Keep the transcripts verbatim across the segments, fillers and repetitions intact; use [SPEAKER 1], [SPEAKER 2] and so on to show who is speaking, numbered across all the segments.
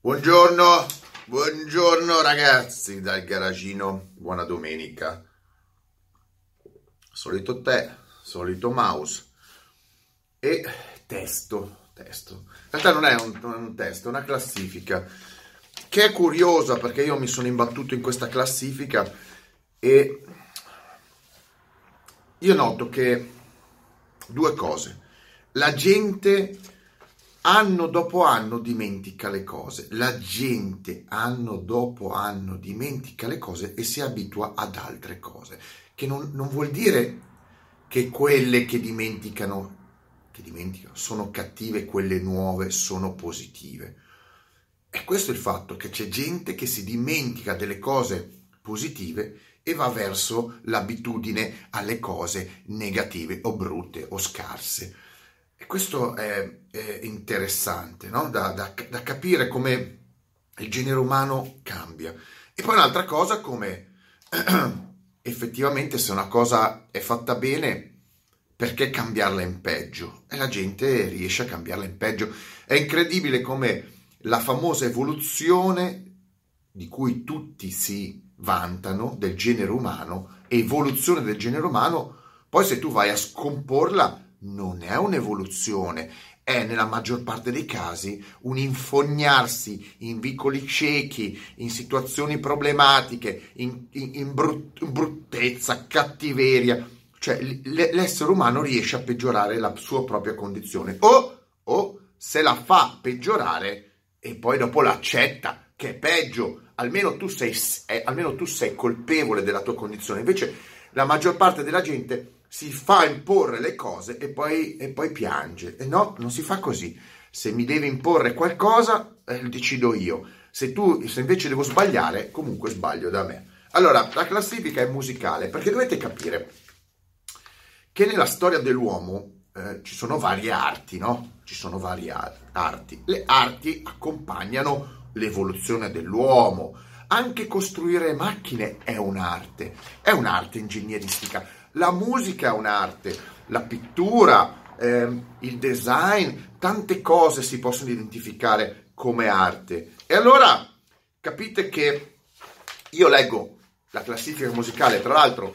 [SPEAKER 1] Buongiorno, buongiorno ragazzi dal garagino, buona domenica. Solito tè, solito mouse e testo, testo. In realtà non è un, un testo, è una classifica che è curiosa perché io mi sono imbattuto in questa classifica e io noto che due cose. La gente anno dopo anno dimentica le cose, la gente anno dopo anno dimentica le cose e si abitua ad altre cose, che non, non vuol dire che quelle che dimenticano, che dimenticano sono cattive, quelle nuove sono positive. E questo è il fatto, che c'è gente che si dimentica delle cose positive e va verso l'abitudine alle cose negative o brutte o scarse. E questo è, è interessante, no? Da, da, da capire come il genere umano cambia. E poi un'altra cosa, come effettivamente se una cosa è fatta bene, perché cambiarla in peggio? E la gente riesce a cambiarla in peggio. È incredibile come la famosa evoluzione di cui tutti si vantano, del genere umano, evoluzione del genere umano, poi se tu vai a scomporla, non è un'evoluzione, è nella maggior parte dei casi un infognarsi in vicoli ciechi, in situazioni problematiche, in, in, in, brut, in bruttezza, cattiveria. Cioè l- l'essere umano riesce a peggiorare la sua propria condizione o, o se la fa peggiorare e poi dopo l'accetta che è peggio, almeno tu sei, eh, almeno tu sei colpevole della tua condizione. Invece la maggior parte della gente si fa imporre le cose e poi, e poi piange. E no, non si fa così. Se mi devi imporre qualcosa, eh, lo decido io. Se tu, se invece devo sbagliare, comunque sbaglio da me. Allora, la classifica è musicale, perché dovete capire che nella storia dell'uomo eh, ci sono varie arti, no? Ci sono varie arti. Le arti accompagnano l'evoluzione dell'uomo. Anche costruire macchine è un'arte, è un'arte ingegneristica. La musica è un'arte, la pittura, ehm, il design, tante cose si possono identificare come arte. E allora capite che io leggo la classifica musicale, tra l'altro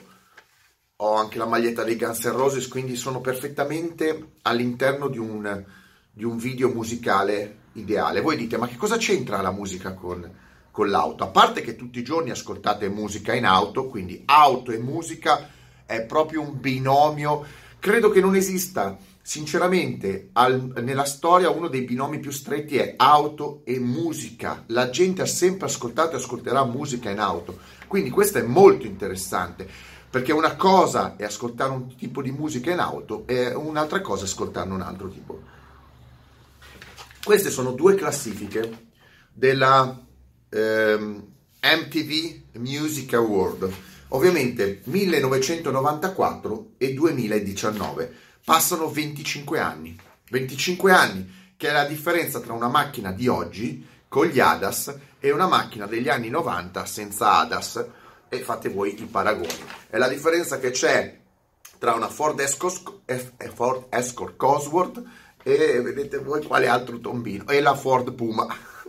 [SPEAKER 1] ho anche la maglietta dei Guns N' Roses, quindi sono perfettamente all'interno di un, di un video musicale ideale. Voi dite, ma che cosa c'entra la musica con, con l'auto? A parte che tutti i giorni ascoltate musica in auto, quindi auto e musica è proprio un binomio. Credo che non esista, sinceramente, al, nella storia uno dei binomi più stretti è auto e musica. La gente ha sempre ascoltato e ascolterà musica in auto, quindi questo è molto interessante, perché una cosa è ascoltare un tipo di musica in auto e un'altra cosa è ascoltarne un altro tipo. Queste sono due classifiche della ehm, M T V Music Award. Ovviamente millenovecentonovantaquattro e duemiladiciannove, passano venticinque anni, venticinque anni, che è la differenza tra una macchina di oggi con gli A D A S e una macchina degli anni novanta senza A D A S, e fate voi i paragoni. È la differenza che c'è tra una Ford Escort, Ford Escort Cosworth e vedete voi quale altro tombino, e la Ford Puma,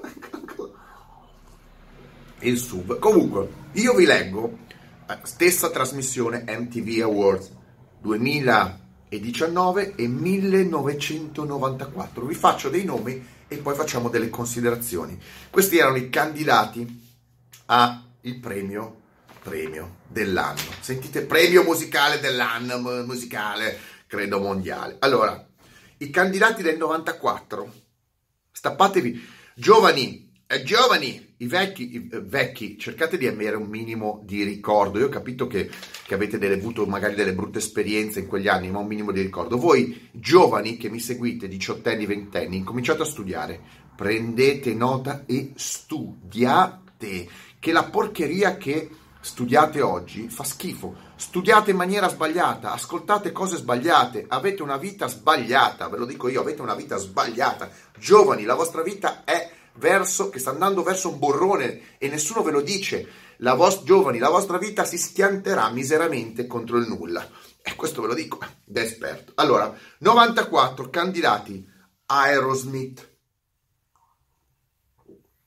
[SPEAKER 1] il S U V. Comunque, io vi leggo stessa trasmissione M T V Awards duemiladiciannove e millenovecentonovantaquattro. Vi faccio dei nomi e poi facciamo delle considerazioni. Questi erano i candidati al premio premio dell'anno. Sentite, premio musicale dell'anno, musicale, credo mondiale. Allora, i candidati del novantaquattro, stappatevi, giovani, eh, giovani, i vecchi, i, eh, vecchi, cercate di avere un minimo di ricordo. Io ho capito che, che avete delle, avuto magari delle brutte esperienze in quegli anni, ma un minimo di ricordo. Voi giovani che mi seguite, diciottenni, ventenni, incominciate a studiare, prendete nota e studiate, che la porcheria che studiate oggi fa schifo. Studiate in maniera sbagliata, ascoltate cose sbagliate, avete una vita sbagliata, ve lo dico io, avete una vita sbagliata. Giovani, la vostra vita è verso, che sta andando verso un burrone e nessuno ve lo dice. La vostra, giovani, la vostra vita si schianterà miseramente contro il nulla. E questo ve lo dico da esperto. Allora, novantaquattro candidati: Aerosmith,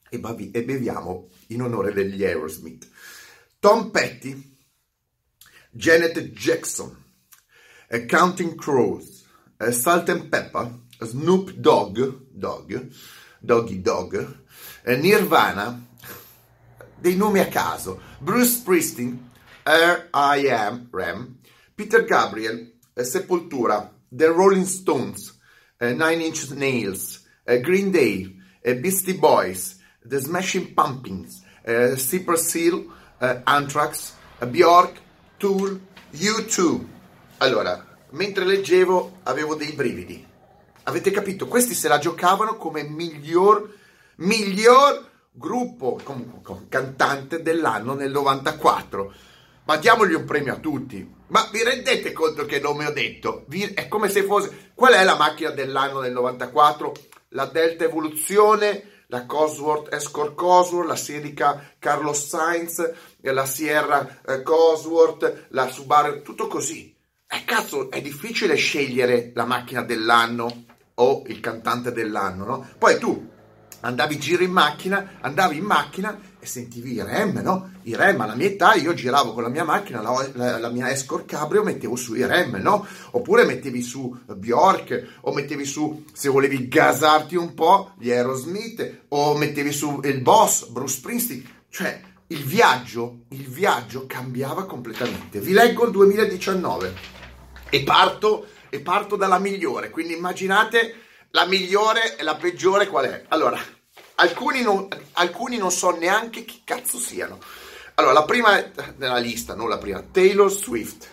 [SPEAKER 1] e, bavi- e beviamo in onore degli Aerosmith. Tom Petty, Janet Jackson, eh, Counting Crows, eh, Salt and Pepper, Snoop Dogg, Dogg, Doggy Dogg, eh, Nirvana, dei nomi a caso, Bruce Springsteen, R I M, Ram, Peter Gabriel, eh, Sepoltura, The Rolling Stones, eh, Nine Inch Nails, eh, Green Day, eh, Beastie Boys, The Smashing Pumpkins, eh, Cypress Hill, eh, Anthrax, eh, Bjork, Tool, U due. Allora, mentre leggevo avevo dei brividi. Avete capito? Questi se la giocavano come miglior, miglior gruppo, comunque cantante dell'anno nel novantaquattro. Ma diamogli un premio a tutti. Ma vi rendete conto che nome ho detto? Vi, è come se fosse... Qual è la macchina dell'anno del novantaquattro? La Delta Evoluzione, la Cosworth Escort Cosworth, la Serica Carlos Sainz, la Sierra eh, Cosworth, la Subaru, tutto così. E eh, cazzo, è difficile scegliere la macchina dell'anno o il cantante dell'anno, no? Poi tu andavi giro in macchina, andavi in macchina e sentivi i Rem, no? I Rem, alla mia età io giravo con la mia macchina, la, la, la mia Escort Cabrio, mettevo su i Rem, no? Oppure mettevi su Bjork, o mettevi su, se volevi gasarti un po', gli Aerosmith, o mettevi su il boss, Bruce Springsteen. Cioè, il viaggio, il viaggio cambiava completamente. Vi leggo il duemiladiciannove e parto, e parto dalla migliore, quindi immaginate la migliore e la peggiore qual è. Allora, alcuni non, alcuni non so neanche chi cazzo siano. Allora, la prima è nella lista, non la prima, Taylor Swift.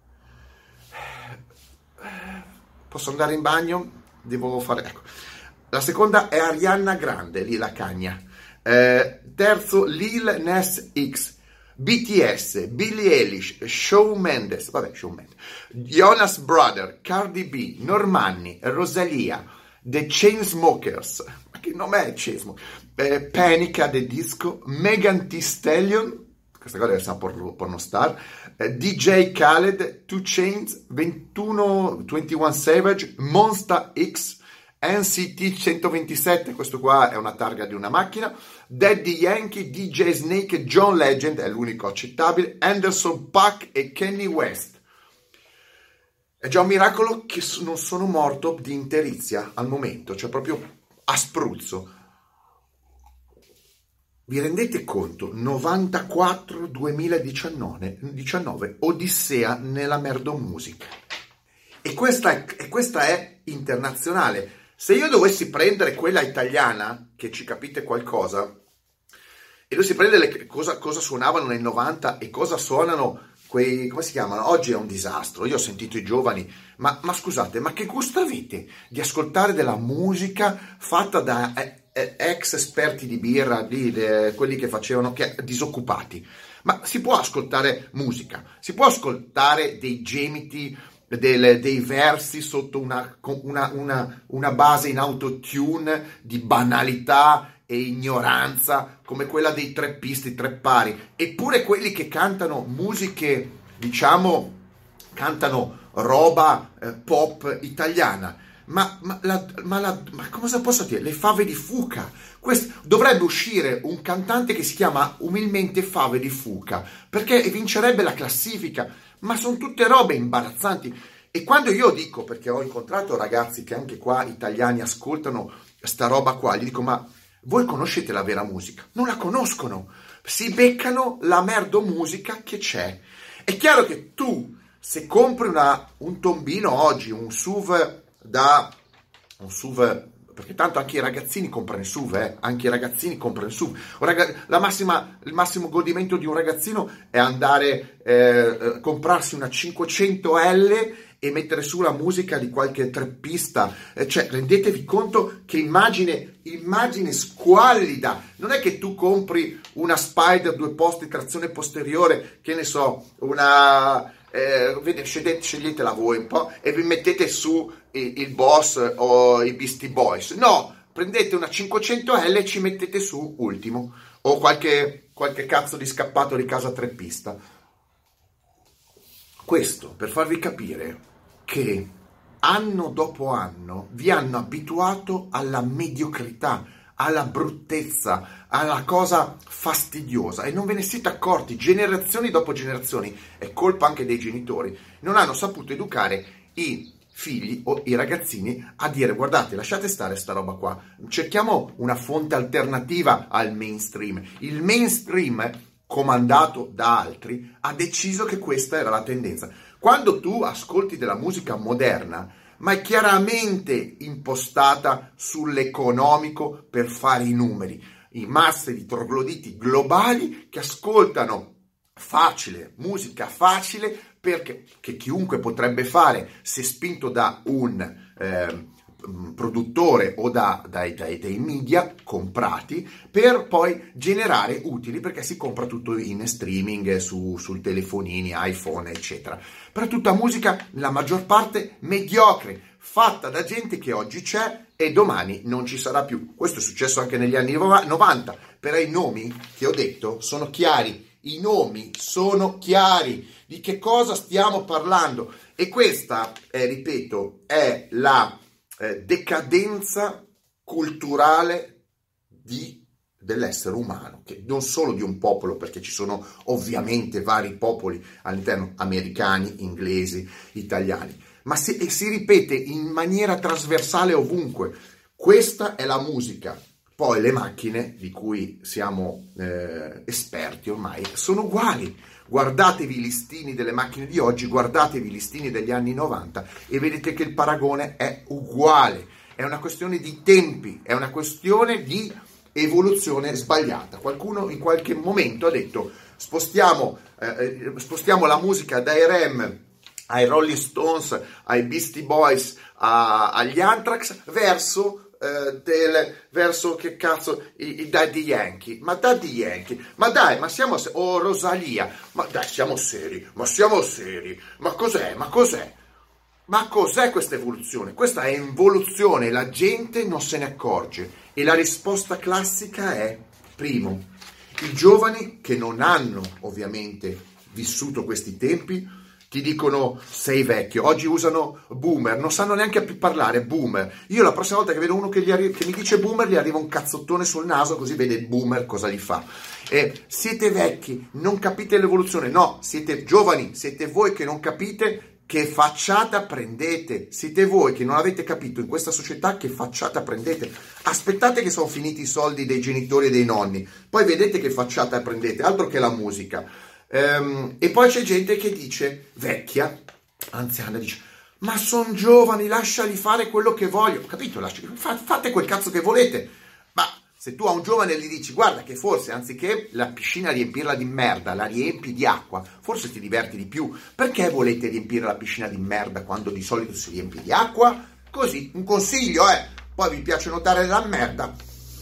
[SPEAKER 1] Posso andare in bagno? Devo fare... Ecco. La seconda è Ariana Grande, lì la cagna. Eh, terzo, Lil Nas X. B T S, Billie Eilish, Shawn Mendes, vabbè, Shawn Mendes, Jonas Brother, Cardi B, Normani, Rosalia, The Chainsmokers, ma che nome è Chainsmokers? Eh, Panic at the Disco, Megan Thee Stallion, questa cosa deve essere una porno, pornostar, eh, D J Khaled, two Chainz, ventuno, ventuno Savage, Monsta X, N C T centoventisette, questo qua è una targa di una macchina, Daddy Yankee, D J Snake, John Legend, è l'unico accettabile, Anderson .Paak e Kanye West. È già un miracolo che non sono morto di interizia al momento, cioè proprio a spruzzo. Vi rendete conto? novantaquattro duemiladiciannove, diciannove, Odissea nella merdomusica. E questa è, e questa è internazionale. Se io dovessi prendere quella italiana, che ci capite qualcosa, e dovessi prendere le, cosa, cosa suonavano nel novanta e cosa suonano quei, come si chiamano? Oggi è un disastro. Io ho sentito i giovani, ma, ma scusate, ma che gusto avete di ascoltare della musica fatta da eh, eh, ex esperti di birra, di, de, quelli che facevano, che, disoccupati? Ma si può ascoltare musica, si può ascoltare dei gemiti, Del, dei versi sotto una, una, una, una base in autotune di banalità e ignoranza come quella dei treppisti, treppari, eppure quelli che cantano musiche, diciamo, cantano roba eh, pop italiana. Ma, ma, la, ma, la, ma cosa posso dire? Le fave di Fuca. Questo, dovrebbe uscire un cantante che si chiama umilmente Fave di Fuca, perché vincerebbe la classifica. Ma sono tutte robe imbarazzanti. E quando io dico, perché ho incontrato ragazzi che anche qua italiani ascoltano sta roba qua, gli dico: ma voi conoscete la vera musica? Non la conoscono, si beccano la merdo musica che c'è. È chiaro che tu, se compri una, un tombino oggi, un S U V da un S U V, perché tanto anche i ragazzini comprano il S U V, eh? Anche i ragazzini comprano il S U V. Un ragaz- la massima, il massimo godimento di un ragazzino è andare eh, comprarsi una cinquecento L e mettere su la musica di qualche treppista. Eh, cioè, rendetevi conto che immagine, immagine squallida. Non è che tu compri una Spider due posti trazione posteriore, che ne so, una... Eh, scegliete, sceglietela voi un po' e vi mettete su il, il Boss o i Beastie Boys. No, prendete una cinquecento L e ci mettete su Ultimo o qualche, qualche cazzo di scappato di casa treppista. Questo per farvi capire che anno dopo anno vi hanno abituato alla mediocrità, alla bruttezza, alla cosa fastidiosa e non ve ne siete accorti. Generazioni dopo generazioni, è colpa anche dei genitori, non hanno saputo educare i figli o i ragazzini a dire: guardate, lasciate stare sta roba qua, cerchiamo una fonte alternativa al mainstream. Il mainstream, comandato da altri, ha deciso che questa era la tendenza. Quando tu ascolti della musica moderna, ma è chiaramente impostata sull'economico per fare i numeri, i masse di trogloditi globali che ascoltano facile, musica facile, perché che chiunque potrebbe fare se spinto da un eh, produttore o da, dai, dai, dai media comprati, per poi generare utili, perché si compra tutto in streaming su, sul telefonini, iPhone, eccetera. Però tutta musica, la maggior parte mediocre, fatta da gente che oggi c'è e domani non ci sarà più. Questo è successo anche negli anni novanta, però i nomi che ho detto sono chiari. I nomi sono chiari di che cosa stiamo parlando, e questa, eh, ripeto, è la eh, decadenza culturale di, dell'essere umano, che non solo di un popolo, perché ci sono ovviamente vari popoli all'interno, americani, inglesi, italiani, ma si, e si ripete in maniera trasversale ovunque. Questa è la musica. Poi le macchine, di cui siamo eh, esperti ormai, sono uguali. Guardatevi i listini delle macchine di oggi, guardatevi i listini degli anni novanta e vedete che il paragone è uguale. È una questione di tempi, è una questione di evoluzione sbagliata. Qualcuno in qualche momento ha detto: spostiamo, eh, spostiamo la musica dai Rem ai Rolling Stones, ai Beastie Boys, a, agli Anthrax, verso... Del, verso che cazzo i, i Daddy Yankee, ma Daddy Yankee, ma dai, ma siamo o oh, Rosalia, ma dai, siamo seri, ma siamo seri, ma cos'è, ma cos'è, ma cos'è questa evoluzione? Questa è involuzione, la gente non se ne accorge, e la risposta classica è: primo, i giovani che non hanno ovviamente vissuto questi tempi ti dicono sei vecchio. Oggi usano boomer, non sanno neanche più parlare boomer. Io la prossima volta che vedo uno che, gli arri- che mi dice boomer, gli arriva un cazzottone sul naso, così vede il boomer cosa gli fa. E siete vecchi, non capite l'evoluzione. No, siete giovani, siete voi che non capite che facciata prendete. Siete voi che non avete capito in questa società che facciata prendete. Aspettate che sono finiti i soldi dei genitori e dei nonni, poi vedete che facciata prendete, altro che la musica. Um, e poi c'è gente che dice, vecchia, anziana, dice: ma sono giovani, lasciali fare quello che voglio. Capito? Lasci, fa, fate quel cazzo che volete. Ma se tu a un giovane gli dici: guarda che forse anziché la piscina riempirla di merda, la riempi di acqua, forse ti diverti di più. Perché volete riempire la piscina di merda quando di solito si riempie di acqua? Così, un consiglio, eh. Poi vi piace notare la merda?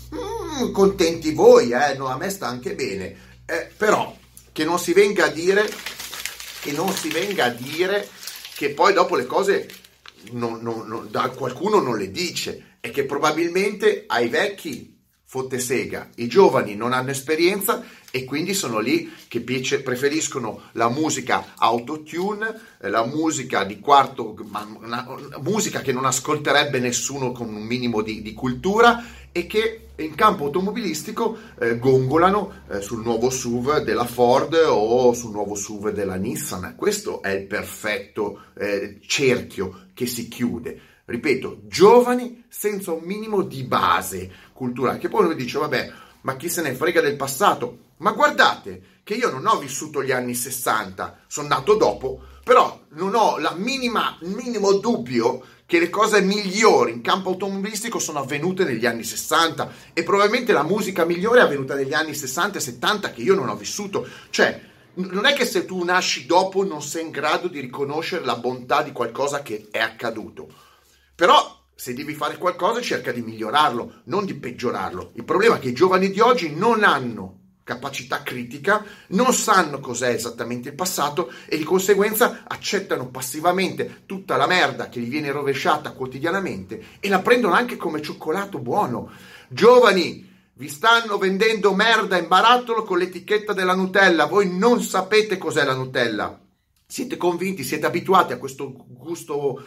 [SPEAKER 1] Mm, contenti voi, eh. No, a me sta anche bene. Eh, però... che non si venga a dire che non si venga a dire che poi dopo le cose non, non, non, da qualcuno non le dice, e che probabilmente ai vecchi fotte sega, i giovani non hanno esperienza e quindi sono lì che piace, preferiscono la musica autotune, la musica di quarto, una, una musica che non ascolterebbe nessuno con un minimo di, di cultura, e che in campo automobilistico eh, gongolano eh, sul nuovo S U V della Ford o sul nuovo S U V della Nissan. Questo è il perfetto eh, cerchio che si chiude. Ripeto, giovani senza un minimo di base culturale, che poi uno dice: vabbè, ma chi se ne frega del passato? Ma guardate che io non ho vissuto gli anni sessanta, sono nato dopo, però non ho la minima, il minimo dubbio che le cose migliori in campo automobilistico sono avvenute negli anni sessanta, e probabilmente la musica migliore è avvenuta negli anni sessanta e settanta, che io non ho vissuto. Cioè, non è che se tu nasci dopo non sei in grado di riconoscere la bontà di qualcosa che è accaduto, però se devi fare qualcosa cerca di migliorarlo, non di peggiorarlo. Il problema è che i giovani di oggi non hanno capacità critica, non sanno cos'è esattamente il passato e di conseguenza accettano passivamente tutta la merda che gli viene rovesciata quotidianamente e la prendono anche come cioccolato buono. Giovani, vi stanno vendendo merda in barattolo con l'etichetta della Nutella, voi non sapete cos'è la Nutella, siete convinti, siete abituati a questo gusto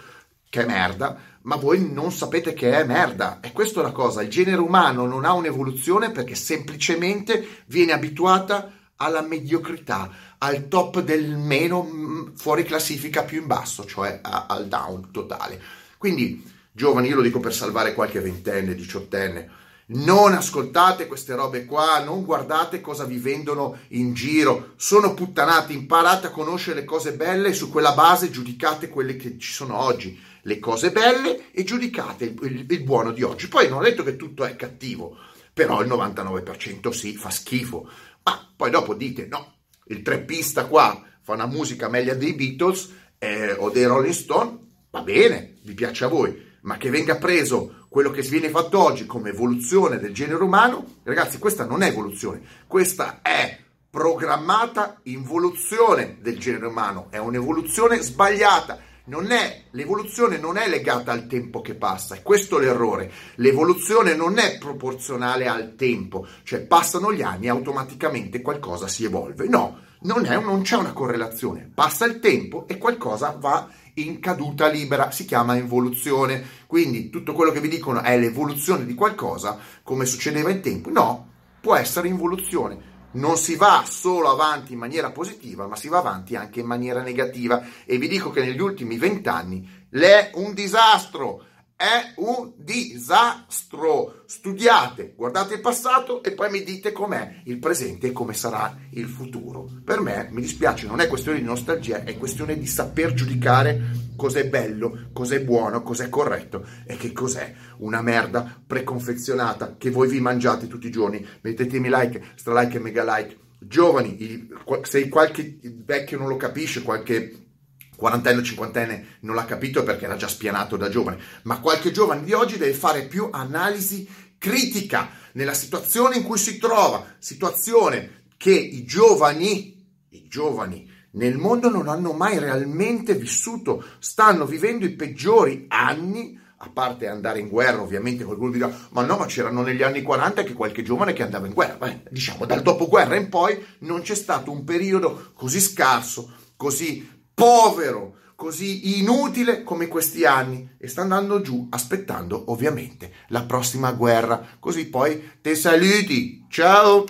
[SPEAKER 1] che è merda, ma voi non sapete che è merda. E questa è la cosa, il genere umano non ha un'evoluzione perché semplicemente viene abituata alla mediocrità, al top del meno, fuori classifica più in basso, cioè a, al down totale. Quindi, giovani, io lo dico per salvare qualche ventenne, diciottenne, non ascoltate queste robe qua, non guardate cosa vi vendono in giro, sono puttanate, imparate a conoscere le cose belle e su quella base giudicate quelle che ci sono oggi, le cose belle, e giudicate il, il, il buono di oggi. Poi non ho detto che tutto è cattivo, però il novantanove per cento sì, fa schifo, ma poi dopo dite no, il treppista qua fa una musica meglio dei Beatles eh, o dei Rolling Stone, va bene, vi piace a voi, ma che venga preso quello che viene fatto oggi come evoluzione del genere umano, ragazzi, questa non è evoluzione, questa è programmata involuzione del genere umano, è un'evoluzione sbagliata. Non è, l'evoluzione non è legata al tempo che passa, è questo l'errore. L'evoluzione non è proporzionale al tempo, cioè passano gli anni e automaticamente qualcosa si evolve. No, non, è, non c'è una correlazione, passa il tempo e qualcosa va in caduta libera, si chiama involuzione. Quindi tutto quello che vi dicono è l'evoluzione di qualcosa, come succedeva in tempo, no, può essere involuzione. Non si va solo avanti in maniera positiva, ma si va avanti anche in maniera negativa. E vi dico che negli ultimi vent'anni è un disastro, è un disastro. Studiate, guardate il passato e poi mi dite com'è il presente e come sarà il futuro. Per me, mi dispiace, non è questione di nostalgia, è questione di saper giudicare cos'è bello, cos'è buono, cos'è corretto e che cos'è una merda preconfezionata che voi vi mangiate tutti i giorni. Mettetemi like, stra like e mega like. Giovani, se qualche vecchio non lo capisce, qualche quarantenne o cinquantenne non l'ha capito perché era già spianato da giovane, ma qualche giovane di oggi deve fare più analisi critica nella situazione in cui si trova, situazione che i giovani, i giovani nel mondo non hanno mai realmente vissuto, stanno vivendo i peggiori anni, a parte andare in guerra. Ovviamente qualcuno dirà, ma no, ma c'erano negli anni quaranta anche qualche giovane che andava in guerra. Beh, diciamo, dal dopoguerra in poi non c'è stato un periodo così scarso, così povero, così inutile come questi anni, e sta andando giù aspettando ovviamente la prossima guerra, così poi te saluti, ciao!